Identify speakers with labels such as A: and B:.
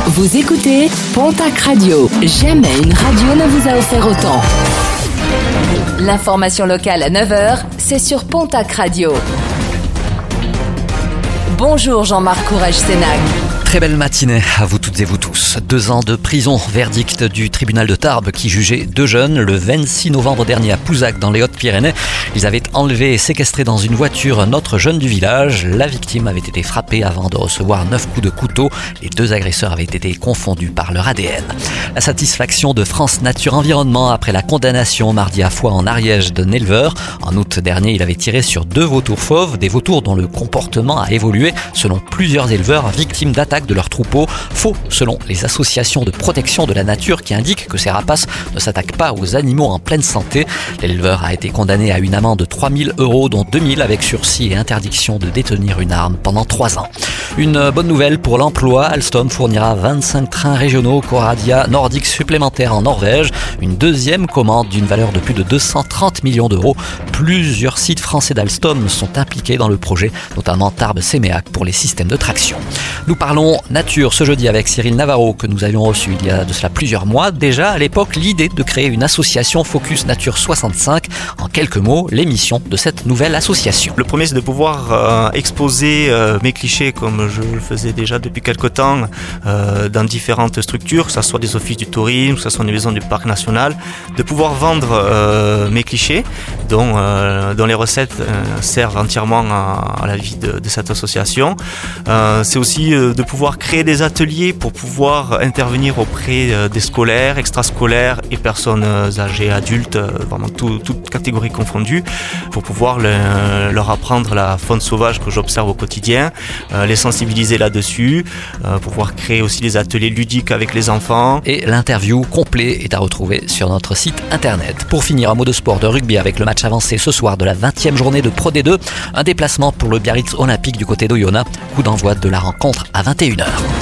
A: Vous écoutez Pontac Radio. Jamais une radio ne vous a offert autant. L'information locale à 9h, c'est sur Pontac Radio. Bonjour Jean-Marc Courage-Sénac.
B: Très belle matinée à vous toutes et vous tous. 2 ans de prison, verdict du tribunal de Tarbes qui jugeait 2 jeunes le 26 novembre dernier à Pouzac dans les Hautes-Pyrénées. Ils avaient enlevé et séquestré dans une voiture un autre jeune du village. La victime avait été frappée avant de recevoir 9 coups de couteau. Les 2 agresseurs avaient été confondus par leur ADN. La satisfaction de France Nature Environnement après la condamnation mardi à Foix en Ariège d'un éleveur. En août dernier, il avait tiré sur 2 vautours fauves, des vautours dont le comportement a évolué selon plusieurs éleveurs victimes d'attaques de leurs troupeaux. Faux selon les associations de protection de la nature qui indiquent que ces rapaces ne s'attaquent pas aux animaux en pleine santé. L'éleveur a été condamné à une amende de 3 000 €, dont 2 000 avec sursis et interdiction de détenir une arme pendant 3 ans. Une bonne nouvelle pour l'emploi, Alstom fournira 25 trains régionaux Coradia Nordique supplémentaires en Norvège. Une deuxième commande d'une valeur de plus de 230 millions d'euros. Plusieurs sites français d'Alstom sont impliqués dans le projet, notamment Tarbes-Séméac pour les systèmes de traction. Nous parlons nature ce jeudi avec Cyril Navarro que nous avions reçu il y a de cela plusieurs mois. Déjà à l'époque, l'idée de créer une association Focus Nature 65. En quelques mots, l'émission de cette nouvelle association.
C: Le premier, c'est de pouvoir exposer mes clichés comme je le faisais déjà depuis quelque temps dans différentes structures, que ce soit des offices du tourisme, que ce soit une maison du parc national, de pouvoir vendre mes clichés dont les recettes servent entièrement à la vie de cette association. C'est aussi de pouvoir créer des ateliers pour pouvoir intervenir auprès des scolaires, extrascolaires et personnes âgées, adultes, vraiment toutes catégories confondues, pour pouvoir leur apprendre la faune sauvage que j'observe au quotidien, les sensibiliser là-dessus, pouvoir créer aussi des ateliers ludiques avec les enfants.
B: Et l'interview complet est à retrouver sur notre site internet. Pour finir, un mot de sport de rugby avec le match avancé ce soir de la 20e journée de Pro D2. Un déplacement pour le Biarritz Olympique du côté d'Oyonnax. Coup d'envoi de la rencontre à 21h.